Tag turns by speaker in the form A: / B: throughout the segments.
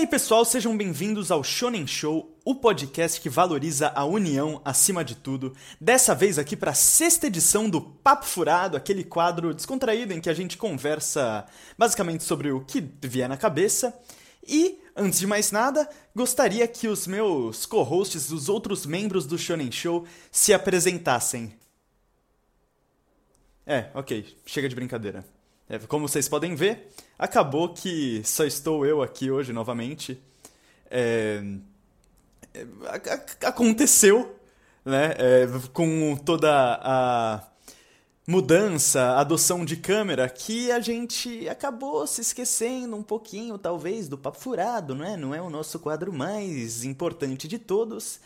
A: aí, pessoal, sejam bem-vindos ao Shonen Show, o podcast que valoriza a união acima de tudo. Dessa vez aqui para a 6ª edição do Papo Furado, aquele quadro descontraído em que a gente conversa basicamente sobre o que vier na cabeça. E, antes de mais nada, gostaria que os meus co-hosts, os outros membros do Shonen Show, se apresentassem. Ok, chega de brincadeira. Como vocês podem ver, acabou que só estou eu aqui hoje novamente. Aconteceu, né? Com toda a mudança, a adoção de câmera, que a gente acabou se esquecendo um pouquinho, talvez, do Papo Furado, né? Não é o nosso quadro mais importante de todos,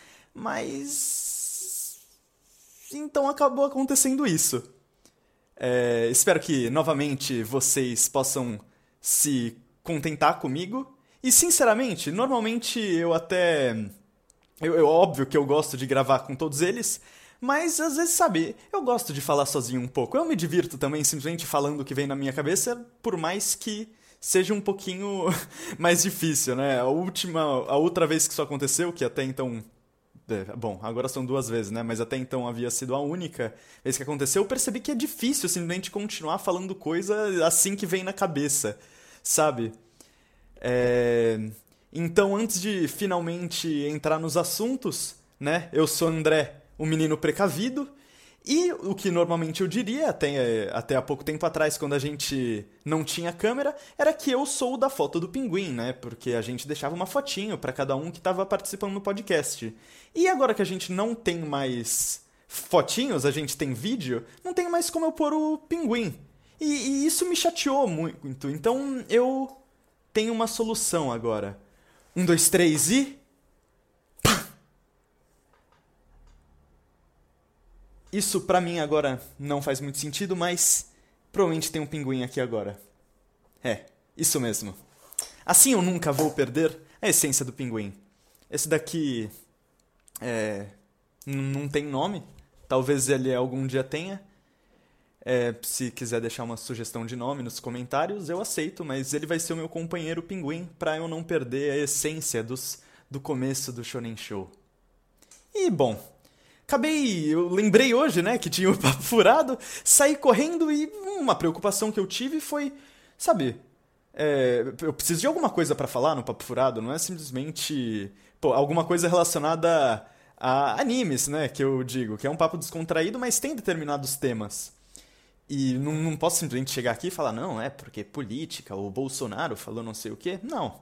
A: mas então acabou acontecendo isso. Espero que, novamente, vocês possam se contentar comigo. E, sinceramente, normalmente eu até... óbvio que eu gosto de gravar com todos eles, mas, às vezes, sabe, eu gosto de falar sozinho um pouco. Eu me divirto também simplesmente falando o que vem na minha cabeça, por mais que seja um pouquinho mais difícil, né? A outra vez que isso aconteceu, que até então... Bom, agora são 2 vezes, né? Mas até então havia sido a única vez que aconteceu. Eu percebi que é difícil simplesmente continuar falando coisa assim que vem na cabeça, sabe? Então, antes de finalmente entrar nos assuntos, né? Eu sou André, o menino precavido. E o que normalmente eu diria, até há pouco tempo atrás, quando a gente não tinha câmera, era que eu sou o da foto do pinguim, né? Porque a gente deixava uma fotinho para cada um que estava participando no podcast. E agora que a gente não tem mais fotinhos, a gente tem vídeo, não tem mais como eu pôr o pinguim. E isso me chateou muito. Então eu tenho uma solução agora. 1, 2, 3 e... Isso pra mim agora não faz muito sentido, mas provavelmente tem um pinguim aqui agora. Isso mesmo. Assim eu nunca vou perder a essência do pinguim. Esse daqui não tem nome. Talvez ele algum dia tenha. Se quiser deixar uma sugestão de nome nos comentários, eu aceito, mas ele vai ser o meu companheiro pinguim pra eu não perder a essência do começo do Shonen Show. E bom... eu lembrei hoje, né, que tinha o Papo Furado, saí correndo e uma preocupação que eu tive foi, sabe, eu preciso de alguma coisa pra falar no Papo Furado, não é simplesmente, alguma coisa relacionada a animes, né, que eu digo, que é um papo descontraído, mas tem determinados temas. E não posso simplesmente chegar aqui e falar, não, porque política, o Bolsonaro falou não sei o quê. Não.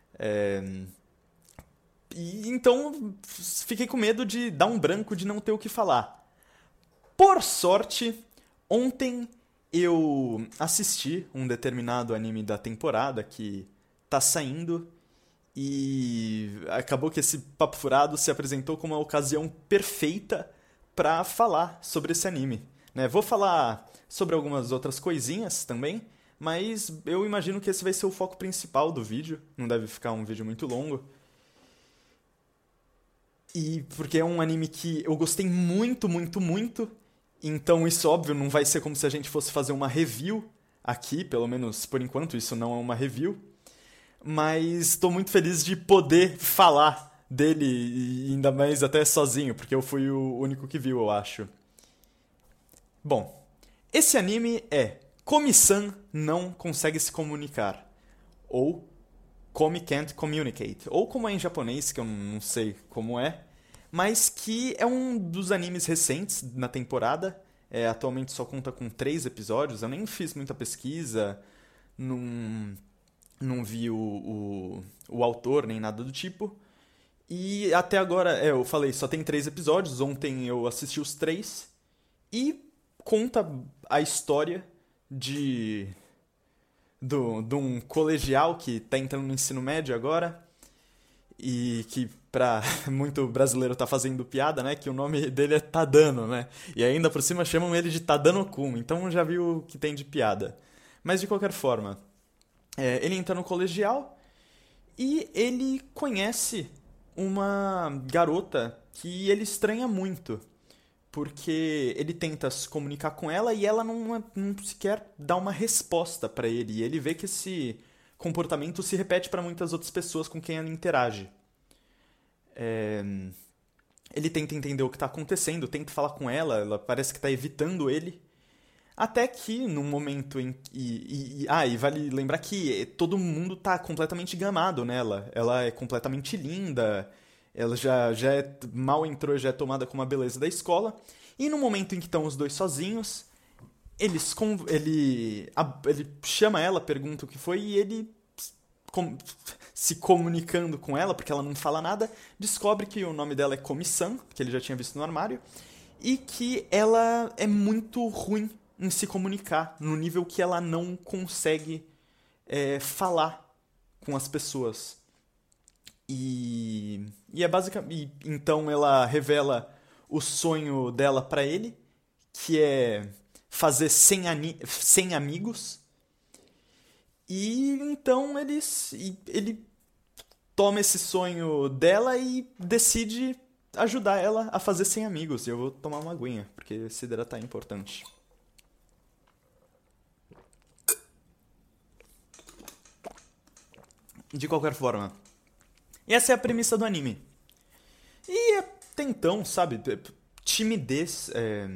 A: E então fiquei com medo de dar um branco de não ter o que falar. Por sorte, ontem eu assisti um determinado anime da temporada que tá saindo e acabou que esse Papo Furado se apresentou como a ocasião perfeita pra falar sobre esse anime, né? Vou falar sobre algumas outras coisinhas também, mas eu imagino que esse vai ser o foco principal do vídeo, não deve ficar um vídeo muito longo. E porque é um anime que eu gostei muito, muito, muito. Então isso, óbvio, não vai ser como se a gente fosse fazer uma review aqui. Pelo menos, por enquanto, isso não é uma review. Mas estou muito feliz de poder falar dele, e ainda mais até sozinho, porque eu fui o único que viu, eu acho. Bom, esse anime é Komi-san não consegue se comunicar. Ou Komi Can't Communicate, ou como é em japonês, que eu não sei como é, mas que é um dos animes recentes na temporada. Atualmente só conta com 3 episódios, eu nem fiz muita pesquisa, não vi o autor nem nada do tipo. E até agora, eu falei, só tem 3 episódios, ontem eu assisti os 3, e conta a história de um colegial que tá entrando no ensino médio agora e que pra muito brasileiro tá fazendo piada, né, que o nome dele é Tadano, né, e ainda por cima chamam ele de Tadano-kun, então já viu o que tem de piada. Mas de qualquer forma, ele entra no colegial e ele conhece uma garota que ele estranha muito, porque ele tenta se comunicar com ela e ela não sequer dá uma resposta pra ele. E ele vê que esse comportamento se repete para muitas outras pessoas com quem ela interage. Ele tenta entender o que está acontecendo, tenta falar com ela parece que está evitando ele. Até que, num momento em... E vale lembrar que todo mundo tá completamente gamado nela. Ela é completamente linda, ela já mal entrou, já é tomada como a beleza da escola. E no momento em que estão os dois sozinhos, ele chama ela, pergunta o que foi, e ele, se comunicando com ela, porque ela não fala nada, descobre que o nome dela é Komi-san, que ele já tinha visto no armário, e que ela é muito ruim em se comunicar, no nível que ela não consegue falar com as pessoas. E é basicamente... Então ela revela o sonho dela pra ele, que é fazer 100 amigos. E então ele toma esse sonho dela e decide ajudar ela a fazer 100 amigos. E eu vou tomar uma aguinha, porque se hidratar é importante. De qualquer forma, essa é a premissa do anime. E até então, sabe, timidez,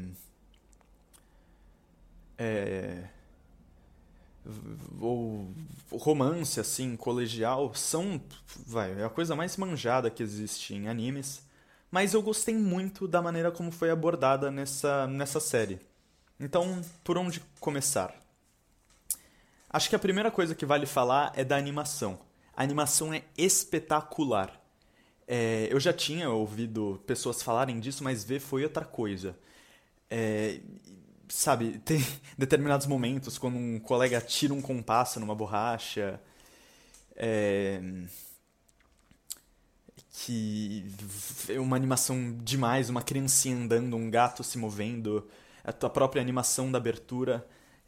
A: ou romance, assim, colegial, é a coisa mais manjada que existe em animes. Mas eu gostei muito da maneira como foi abordada nessa série. Então, por onde começar? Acho que a primeira coisa que vale falar é da animação. A animação é espetacular. Eu já tinha ouvido pessoas falarem disso, mas ver foi outra coisa. Sabe, tem determinados momentos quando um colega tira um compasso numa borracha, que é uma animação demais, uma criancinha andando, um gato se movendo, a própria animação da abertura.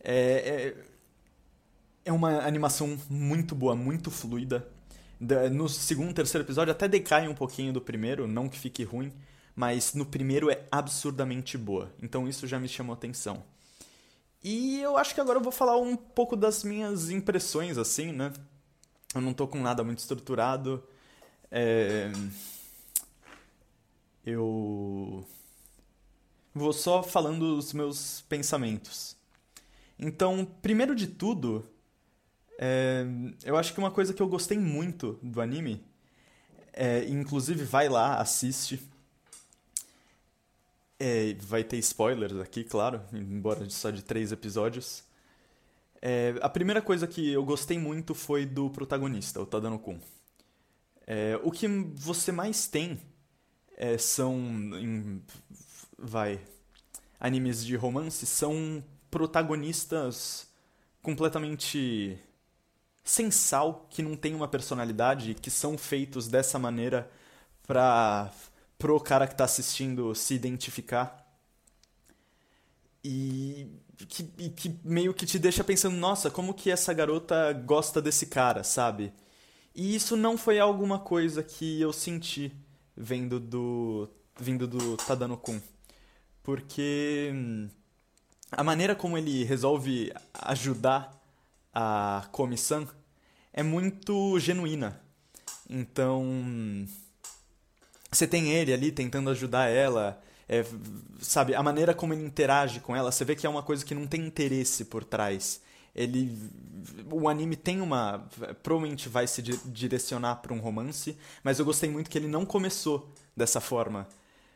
A: É uma animação muito boa, muito fluida. No segundo, terceiro episódio até decai um pouquinho do primeiro, não que fique ruim, mas no primeiro é absurdamente boa. Então isso já me chamou a atenção. E eu acho que agora eu vou falar um pouco das minhas impressões, assim, né? Eu não tô com nada muito estruturado. Eu vou só falando os meus pensamentos. Então, primeiro de tudo, eu acho que uma coisa que eu gostei muito do anime, inclusive vai lá, assiste. Vai ter spoilers aqui, claro, embora só de 3 episódios. A primeira coisa que eu gostei muito foi do protagonista, o Tadano-kun. O que você mais tem são, animes de romance, são protagonistas completamente sem sal, que não têm uma personalidade, que são feitos dessa maneira pro cara que tá assistindo se identificar. E que meio que te deixa pensando, nossa, como que essa garota gosta desse cara, sabe? E isso não foi alguma coisa que eu senti vindo do Tadano-kun. Porque a maneira como ele resolve ajudar a Komi-san é muito genuína. Então, você tem ele ali tentando ajudar ela, sabe? A maneira como ele interage com ela, você vê que é uma coisa que não tem interesse por trás. O anime tem provavelmente vai se direcionar para um romance, mas eu gostei muito que ele não começou dessa forma.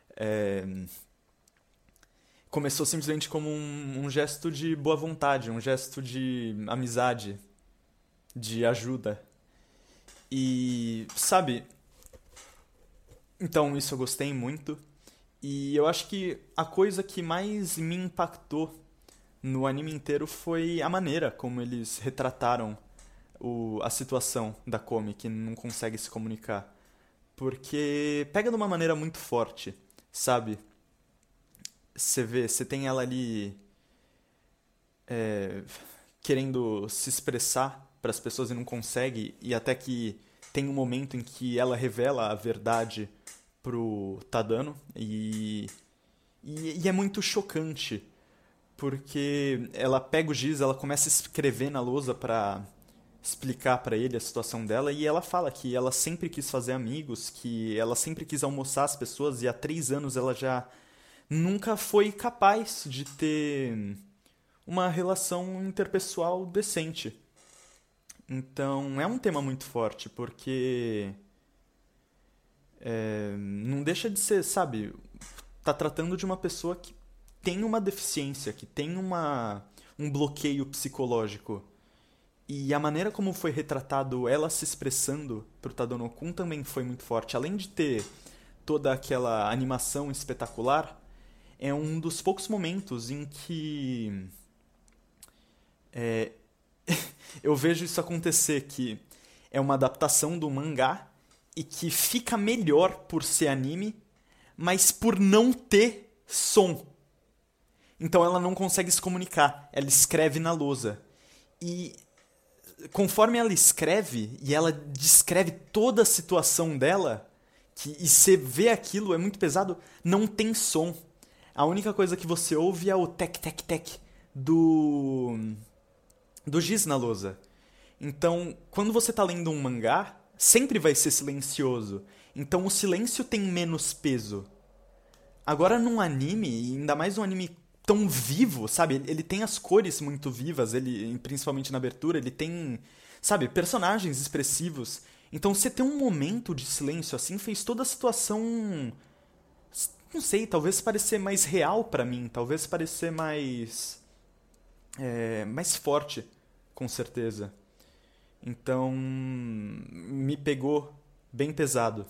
A: Começou simplesmente como um gesto de boa vontade, um gesto de amizade, de ajuda. E, sabe, então isso eu gostei muito. E eu acho que a coisa que mais me impactou no anime inteiro foi a maneira como eles retrataram a situação da Komi, que não consegue se comunicar. Porque pega de uma maneira muito forte, sabe? Você tem ela ali querendo se expressar para as pessoas e não consegue, e até que tem um momento em que ela revela a verdade pro Tadano, e é muito chocante, porque ela pega o giz, ela começa a escrever na lousa pra explicar pra ele a situação dela, e ela fala que ela sempre quis fazer amigos, que ela sempre quis almoçar as pessoas, e há 3 anos ela já nunca foi capaz de ter uma relação interpessoal decente. Então é um tema muito forte, porque não deixa de ser, sabe, tá tratando de uma pessoa que tem uma deficiência, que tem um bloqueio psicológico. E a maneira como foi retratado ela se expressando pro Tadano-kun também foi muito forte. Além de ter toda aquela animação espetacular, é um dos poucos momentos em que eu vejo isso acontecer, que é uma adaptação do mangá e que fica melhor por ser anime, mas por não ter som. Então ela não consegue se comunicar, ela escreve na lousa. E conforme ela escreve, e ela descreve toda a situação dela, e você vê aquilo, é muito pesado, não tem som. A única coisa que você ouve é o tec-tec-tec do giz na lousa. Então, quando você tá lendo um mangá, sempre vai ser silencioso. Então o silêncio tem menos peso. Agora num anime, e ainda mais um anime tão vivo, sabe? Ele tem as cores muito vivas, ele, principalmente na abertura, ele tem, sabe, personagens expressivos. Então você ter um momento de silêncio assim fez toda a situação, não sei, talvez parecer mais real pra mim, talvez parecer mais forte, com certeza. Então me pegou bem pesado.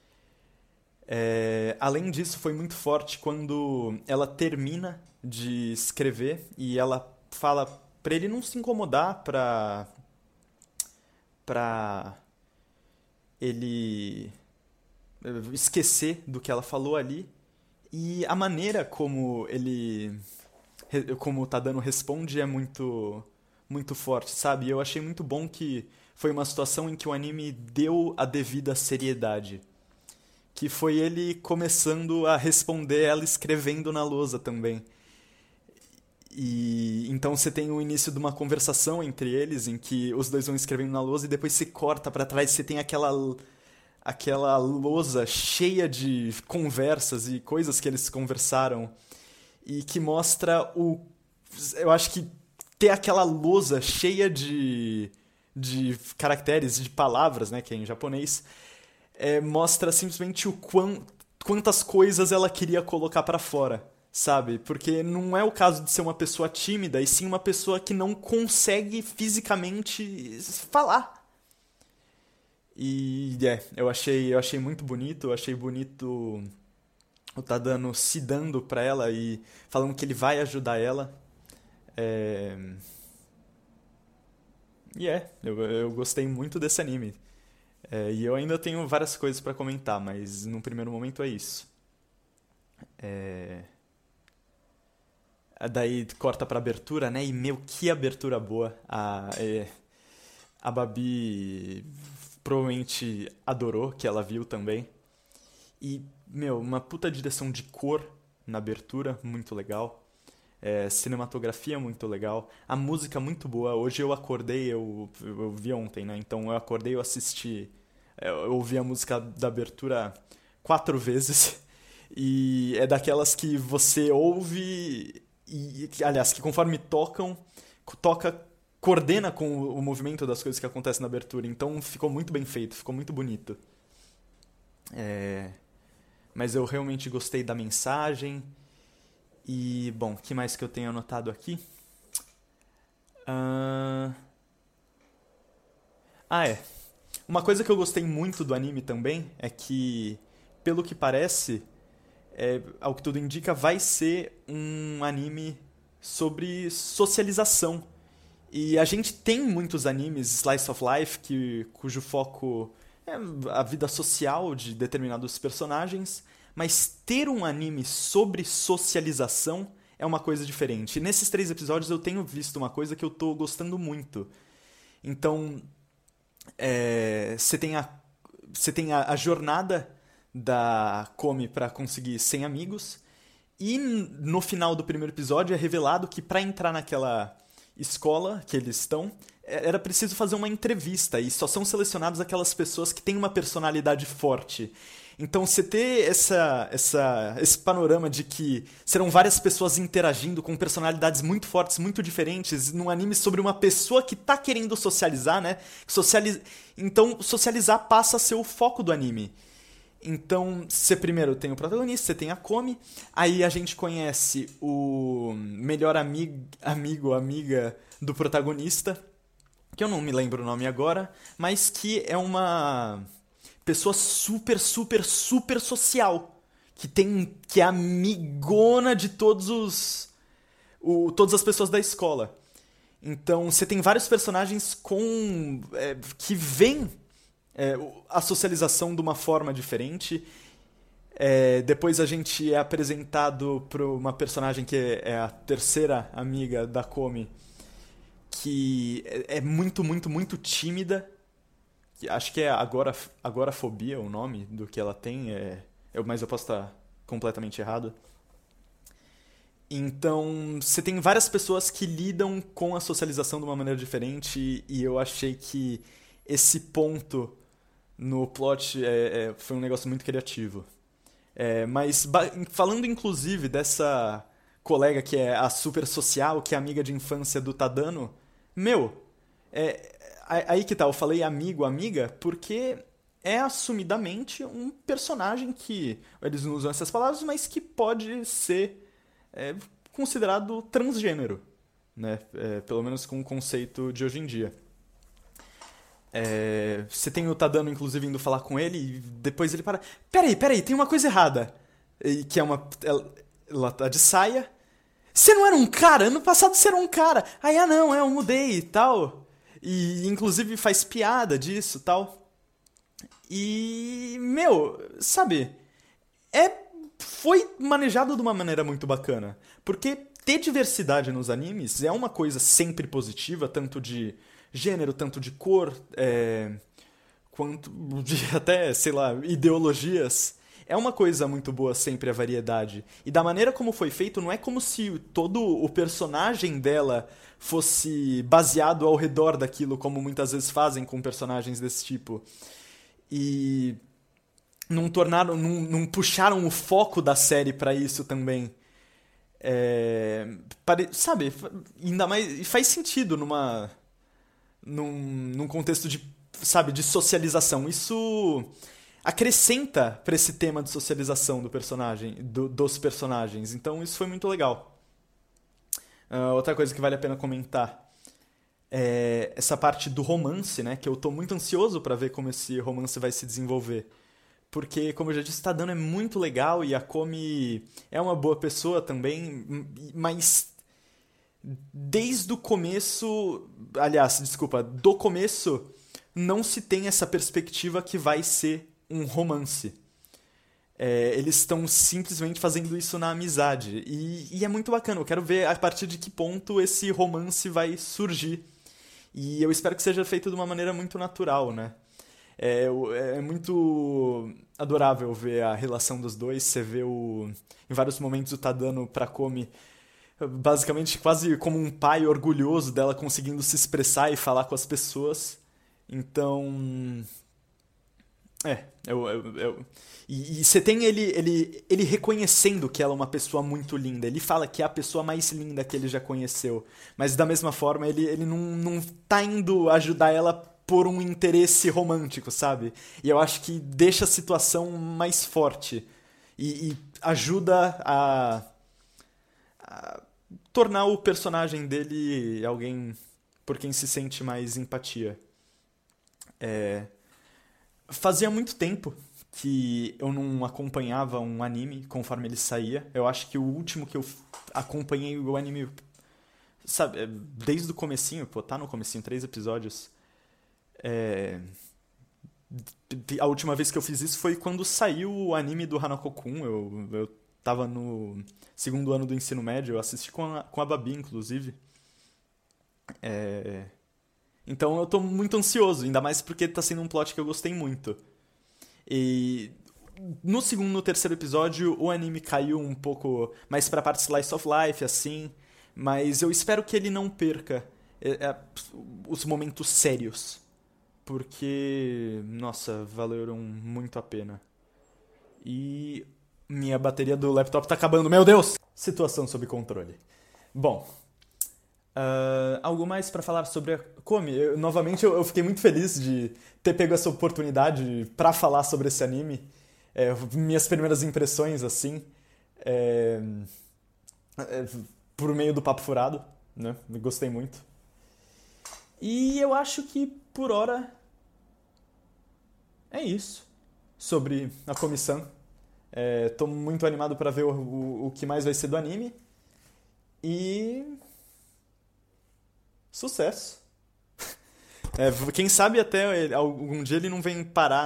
A: Além disso, foi muito forte quando ela termina de escrever e ela fala pra ele não se incomodar, pra ele esquecer do que ela falou ali. E a maneira como o Tadano responde é muito forte, sabe? Eu achei muito bom que foi uma situação em que o anime deu a devida seriedade. Que foi ele começando a responder ela escrevendo na lousa também. E então você tem o início de uma conversação entre eles em que os dois vão escrevendo na lousa e depois se corta pra trás e você tem aquela lousa cheia de conversas e coisas que eles conversaram e que mostra eu acho que ter aquela lousa cheia de caracteres, de palavras, né, que é em japonês, mostra simplesmente quantas coisas ela queria colocar pra fora, sabe? Porque não é o caso de ser uma pessoa tímida, e sim uma pessoa que não consegue fisicamente falar. E eu achei muito bonito, eu achei bonito o Tadano se dando pra ela e falando que ele vai ajudar ela. É... eu gostei muito desse anime. E eu ainda tenho várias coisas pra comentar, mas num primeiro momento é isso. É... Daí corta pra abertura, né? E meu, que abertura boa. A Babi provavelmente adorou, que ela viu também. E, meu, uma puta direção de cor na abertura, muito legal. Cinematografia muito legal. A música muito boa. Hoje eu acordei, eu vi ontem, né? Então eu acordei, eu assisti. Eu ouvi a música da abertura 4 vezes. E é daquelas que você ouve aliás, que conforme toca, coordena com o movimento das coisas que acontecem na abertura. Então ficou muito bem feito, ficou muito bonito. Mas eu realmente gostei da mensagem. E, bom, o que mais que eu tenho anotado aqui? Uma coisa que eu gostei muito do anime também é que, pelo que parece, ao que tudo indica, vai ser um anime sobre socialização. E a gente tem muitos animes slice of life cujo foco é a vida social de determinados personagens, mas ter um anime sobre socialização é uma coisa diferente. E nesses 3 episódios eu tenho visto uma coisa que eu tô gostando muito. Então, você tem a jornada da Komi pra conseguir 100 amigos, e no final do primeiro episódio é revelado que pra entrar naquela escola que eles estão, era preciso fazer uma entrevista e só são selecionadas aquelas pessoas que têm uma personalidade forte. Então, você ter esse panorama de que serão várias pessoas interagindo com personalidades muito fortes, muito diferentes, num anime sobre uma pessoa que tá querendo socializar, né? Então, socializar passa a ser o foco do anime. Então, você primeiro tem o protagonista, você tem a Komi, aí a gente conhece o melhor amigo, amiga do protagonista, que eu não me lembro o nome agora, mas que é uma pessoa super, super, super social, que é amigona de todas as pessoas da escola. Então, você tem vários personagens que veem a socialização de uma forma diferente. Depois a gente é apresentado para uma personagem que é a terceira amiga da Komi, que é muito, muito, muito tímida. Acho que é agorafobia o nome do que ela tem, mas eu posso estar completamente errado. Então, você tem várias pessoas que lidam com a socialização de uma maneira diferente, e eu achei que esse ponto no plot foi um negócio muito criativo. Mas falando inclusive dessa colega que é a super social, que é amiga de infância do Tadano, aí que tá, eu falei amigo, amiga, porque é assumidamente um personagem que, eles não usam essas palavras, mas que pode ser considerado transgênero, né? Pelo menos com o conceito de hoje em dia. Você tem o Tadano, inclusive, indo falar com ele, e depois ele para... Peraí, tem uma coisa errada. E que ela tá de saia. Você não era um cara? Ano passado você era um cara. Aí, não, eu mudei e tal. E, inclusive, faz piada disso e tal. E, sabe... Foi manejado de uma maneira muito bacana. Porque ter diversidade nos animes é uma coisa sempre positiva, tanto de gênero, tanto de cor, quanto de até, sei lá, ideologias. É uma coisa muito boa sempre a variedade. E da maneira como foi feito, não é como se todo o personagem dela fosse baseado ao redor daquilo, como muitas vezes fazem com personagens desse tipo. E não puxaram o foco da série pra isso também. Sabe, ainda mais... E faz sentido num contexto de socialização. Isso acrescenta pra esse tema de socialização do personagem, dos personagens. Então isso foi muito legal. Outra coisa que vale a pena comentar é essa parte do romance, né? Que eu tô muito ansioso pra ver como esse romance vai se desenvolver. Porque, como eu já disse, o Tadano é muito legal e a Komi é uma boa pessoa também, mas desde o começo... Aliás, desculpa, do começo não se tem essa perspectiva que vai ser um romance. Eles estão simplesmente fazendo isso na amizade. E é muito bacana, eu quero ver a partir de que ponto esse romance vai surgir. E eu espero que seja feito de uma maneira muito natural, né? É muito adorável ver a relação dos dois. Você vê em vários momentos o Tadano pra Komi basicamente quase como um pai orgulhoso dela conseguindo se expressar e falar com as pessoas. Então... E você tem ele reconhecendo que ela é uma pessoa muito linda. Ele fala que é a pessoa mais linda que ele já conheceu. Mas da mesma forma, ele não tá indo ajudar ela por um interesse romântico, sabe? E eu acho que deixa a situação mais forte. E ajuda a tornar o personagem dele alguém por quem se sente mais empatia. Fazia muito tempo que eu não acompanhava um anime conforme ele saía. Eu acho que o último que eu acompanhei o anime, sabe, desde o comecinho, tá no comecinho, 3 episódios. A última vez que eu fiz isso foi quando saiu o anime do Hanako-kun. Eu tava no 2º ano do ensino médio, eu assisti com a Babi, inclusive. Então eu tô muito ansioso, ainda mais porque tá sendo um plot que eu gostei muito. E no 2º e no 3º episódio o anime caiu um pouco mais pra parte slice of life, assim, mas eu espero que ele não perca os momentos sérios. Porque, nossa, valeram muito a pena. E minha bateria do laptop tá acabando, meu Deus! Situação sob controle. Bom, algo mais pra falar sobre a Komi? Novamente, eu fiquei muito feliz de ter pego essa oportunidade pra falar sobre esse anime. Minhas primeiras impressões, assim, por meio do papo furado, né? Gostei muito. E eu acho que, por hora, é isso sobre a comissão. Tô muito animado pra ver o que mais vai ser do anime. E sucesso. Quem sabe até algum dia ele não vem parar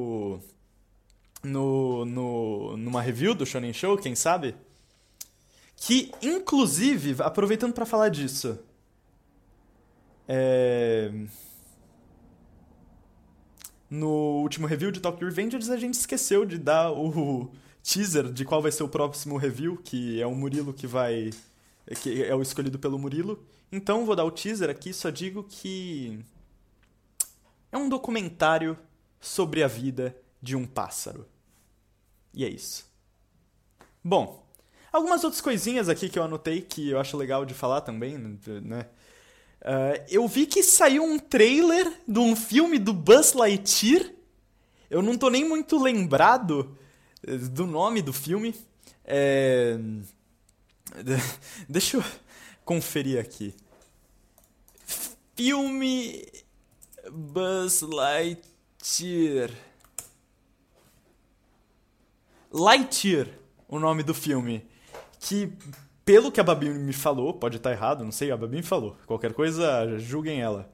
A: numa review do Shonen Show, quem sabe? Que, inclusive, aproveitando pra falar disso, no último review de Tokyo Revengers a gente esqueceu de dar o teaser de qual vai ser o próximo review, que é o Murilo que é o escolhido pelo Murilo. Então vou dar o teaser aqui, só digo que é um documentário sobre a vida de um pássaro. E é isso. Bom, algumas outras coisinhas aqui que eu anotei que eu acho legal de falar também, né? Eu vi que saiu um trailer de um filme do Buzz Lightyear. Eu não tô nem muito lembrado do nome do filme. Deixa eu conferir aqui. Filme Buzz Lightyear. Lightyear, o nome do filme. Que, pelo que a Babi me falou, pode estar errado, não sei, a Babi me falou. Qualquer coisa, julguem ela.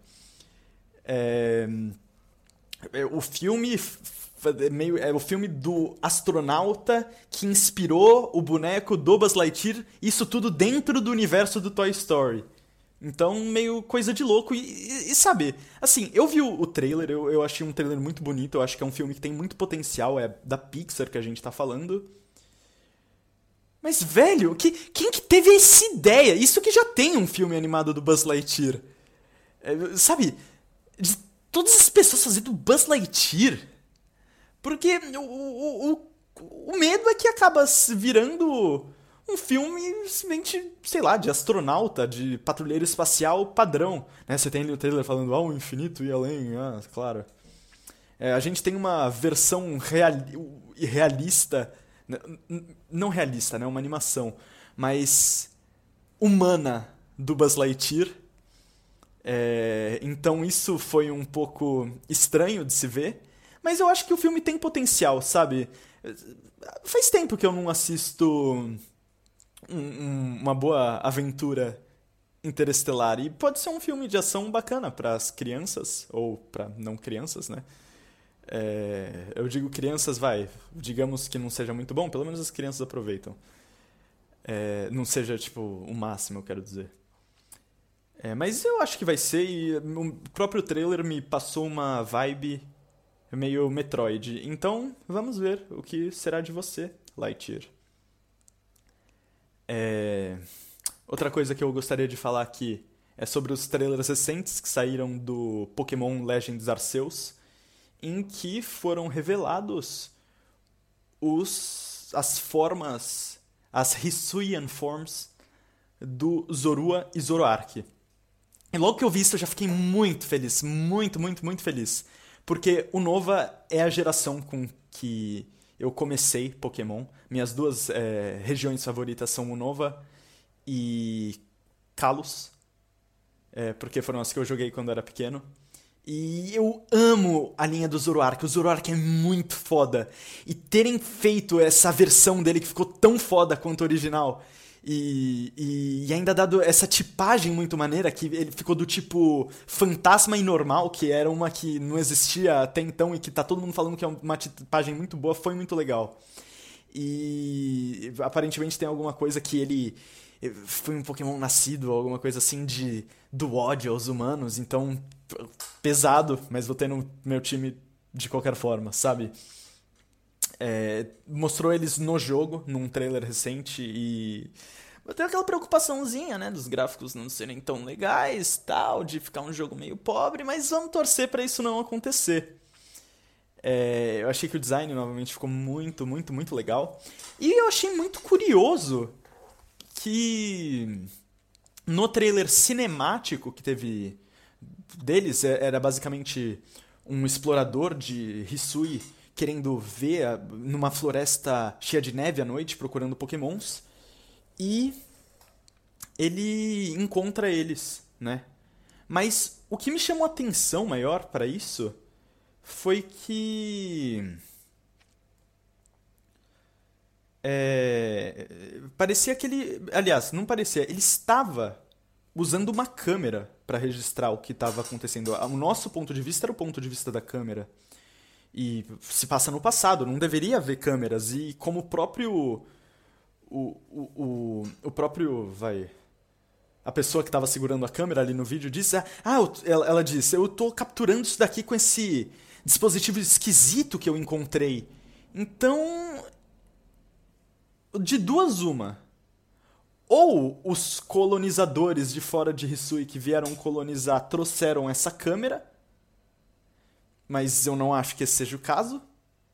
A: O filme é o filme do astronauta que inspirou o boneco do Buzz Lightyear, isso tudo dentro do universo do Toy Story. Então, meio coisa de louco. E sabe, assim, eu vi o trailer, eu achei um trailer muito bonito, eu acho que é um filme que tem muito potencial, é da Pixar que a gente tá falando. Mas, velho, quem que teve essa ideia? Isso que já tem um filme animado do Buzz Lightyear. Sabe, de todas as pessoas fazendo Buzz Lightyear. Porque o medo é que acaba virando um filme simplesmente, sei lá, de astronauta, de patrulheiro espacial padrão. Né? Você tem ali o trailer falando, o infinito e além, claro. A gente tem uma versão realista, não realista, né? Uma animação, mas humana do Buzz Lightyear. Então isso foi um pouco estranho de se ver, mas eu acho que o filme tem potencial, sabe? Faz tempo que eu não assisto uma boa aventura interestelar e pode ser um filme de ação bacana para as crianças ou para não crianças, né? Eu digo crianças, digamos que não seja muito bom, pelo menos as crianças aproveitam. Não seja, tipo, o máximo, eu quero dizer. Mas eu acho que vai ser, e o próprio trailer me passou uma vibe meio Metroid. Então, vamos ver o que será de você, Lightyear. Outra coisa que eu gostaria de falar aqui é sobre os trailers recentes que saíram do Pokémon Legends Arceus, em que foram revelados as formas, as Hisuian Forms do Zorua e Zoroark. E logo que eu vi isso, eu já fiquei muito feliz, muito, muito, muito feliz. Porque o Nova é a geração com que eu comecei Pokémon. Minhas duas regiões favoritas são o Nova e Kalos, porque foram as que eu joguei quando era pequeno. E eu amo a linha do Zoroark. O Zoroark é muito foda. E terem feito essa versão dele que ficou tão foda quanto o original. E ainda dado essa tipagem muito maneira, que ele ficou do tipo fantasma e normal, que era uma que não existia até então e que tá todo mundo falando que é uma tipagem muito boa, foi muito legal. E aparentemente tem alguma coisa que ele foi um Pokémon nascido, alguma coisa assim do ódio aos humanos, então pesado, mas vou ter no meu time de qualquer forma, sabe? Mostrou eles no jogo, num trailer recente, e Eu tenho aquela preocupaçãozinha, né, dos gráficos não serem tão legais, tal, de ficar um jogo meio pobre, mas vamos torcer pra isso não acontecer. Eu achei que o design novamente ficou muito, muito, muito legal. E eu achei muito curioso que no trailer cinemático que teve deles, era basicamente um explorador de Hisui querendo ver numa floresta cheia de neve à noite, procurando pokémons. E ele encontra eles, né? Mas o que me chamou a atenção maior para isso foi que parecia que ele, aliás, não parecia, ele estava usando uma câmera para registrar o que estava acontecendo. O nosso ponto de vista era o ponto de vista da câmera. E se passa no passado, não deveria haver câmeras. E como o próprio. O próprio. A pessoa que estava segurando a câmera ali no vídeo disse. Ela disse: Eu tô capturando isso daqui com esse dispositivo esquisito que eu encontrei. Então. De duas, uma. Ou os colonizadores de fora de Hisui que vieram colonizar trouxeram essa câmera, mas eu não acho que esse seja o caso.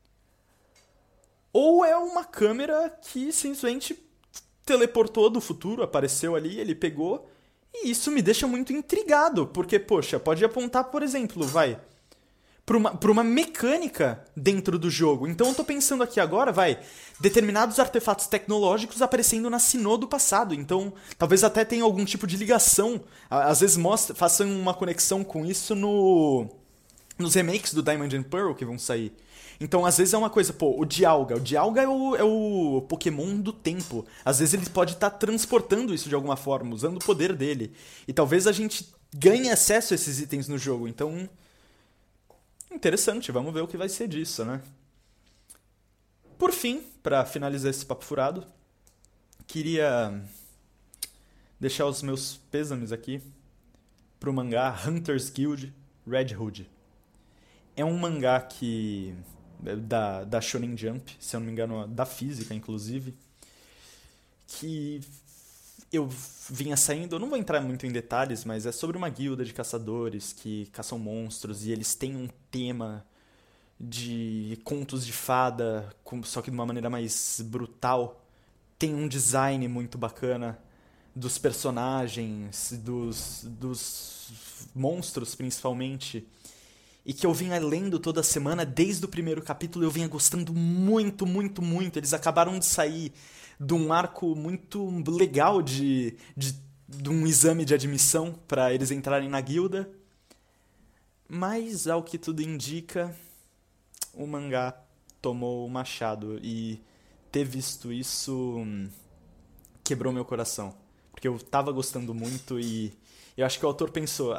A: Ou é uma câmera que simplesmente teleportou do futuro, apareceu ali, ele pegou. E isso me deixa muito intrigado, porque, poxa, pode apontar, por exemplo, pra uma mecânica dentro do jogo. Então eu tô pensando aqui agora, determinados artefatos tecnológicos aparecendo na Sinnoh do passado. Então talvez até tenha algum tipo de ligação. Às vezes façam uma conexão com isso nos remakes do Diamond and Pearl que vão sair. Então, às vezes é uma coisa, o Dialga. O Dialga é o Pokémon do tempo. Às vezes ele pode estar transportando isso de alguma forma, usando o poder dele. E talvez a gente ganhe acesso a esses itens no jogo. Então, interessante, vamos ver o que vai ser disso, né? Por fim, pra finalizar esse papo furado, queria deixar os meus pêsames aqui pro mangá Hunter's Guild Red Hood. É um mangá que da Shonen Jump, se eu não me engano, da física, inclusive, que eu vinha saindo, eu não vou entrar muito em detalhes, mas é sobre uma guilda de caçadores que caçam monstros e eles têm um tema de contos de fada, só que de uma maneira mais brutal. Tem um design muito bacana dos personagens, dos monstros principalmente, e que eu vinha lendo toda semana, desde o primeiro capítulo eu vinha gostando muito, muito, muito. Eles acabaram de sair de um arco muito legal de um exame de admissão para eles entrarem na guilda. Mas, ao que tudo indica, o mangá tomou o machado. E ter visto isso quebrou meu coração. Porque eu tava gostando muito e eu acho que o autor pensou,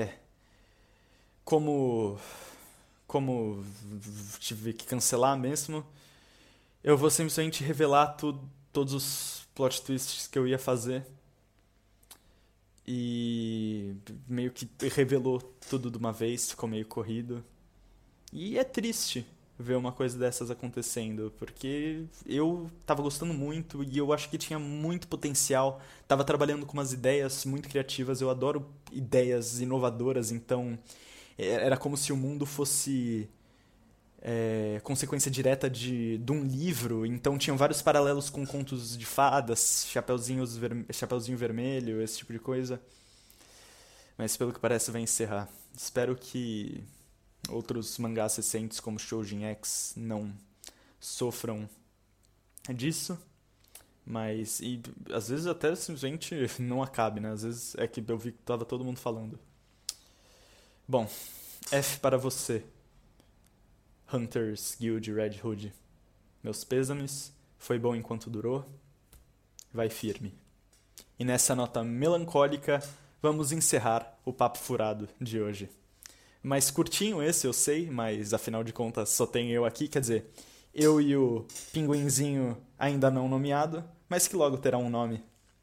A: como tive que cancelar mesmo, eu vou simplesmente revelar todos os plot twists que eu ia fazer. E meio que revelou tudo de uma vez, ficou meio corrido. E é triste ver uma coisa dessas acontecendo, porque eu tava gostando muito e eu acho que tinha muito potencial. Tava trabalhando com umas ideias muito criativas, eu adoro ideias inovadoras, então era como se o mundo fosse consequência direta de um livro, então tinham vários paralelos com contos de fadas, Chapeuzinho Vermelho, esse tipo de coisa. Mas pelo que parece vai encerrar. Espero que outros mangás recentes como Shojin X não sofram disso, mas às vezes até simplesmente não acabe, né? Às vezes é que eu vi que tava todo mundo falando. Bom, F para você, Hunter's Guild Red Hood. Meus pêsames, foi bom enquanto durou, vai firme. E nessa nota melancólica, vamos encerrar o papo furado de hoje. Mais curtinho esse, eu sei, mas afinal de contas só tem eu aqui, quer dizer, eu e o pinguinzinho ainda não nomeado, mas que logo terá um nome.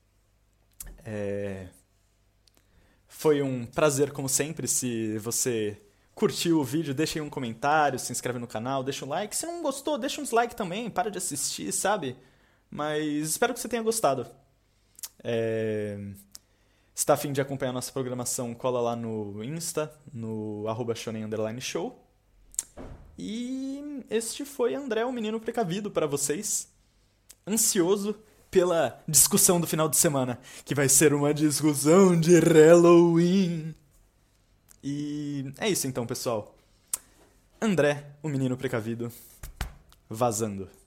A: Foi um prazer, como sempre. Se você curtiu o vídeo, deixa aí um comentário, se inscreve no canal, deixa um like. Se não gostou, deixa um dislike também, para de assistir, sabe? Mas espero que você tenha gostado. Se tá a fim de acompanhar nossa programação, cola lá no Insta, no @shonen_show. E este foi André, o menino precavido, para vocês. Ansioso pela discussão do final de semana, que vai ser uma discussão de Halloween. E é isso então, pessoal. André, o menino precavido, vazando.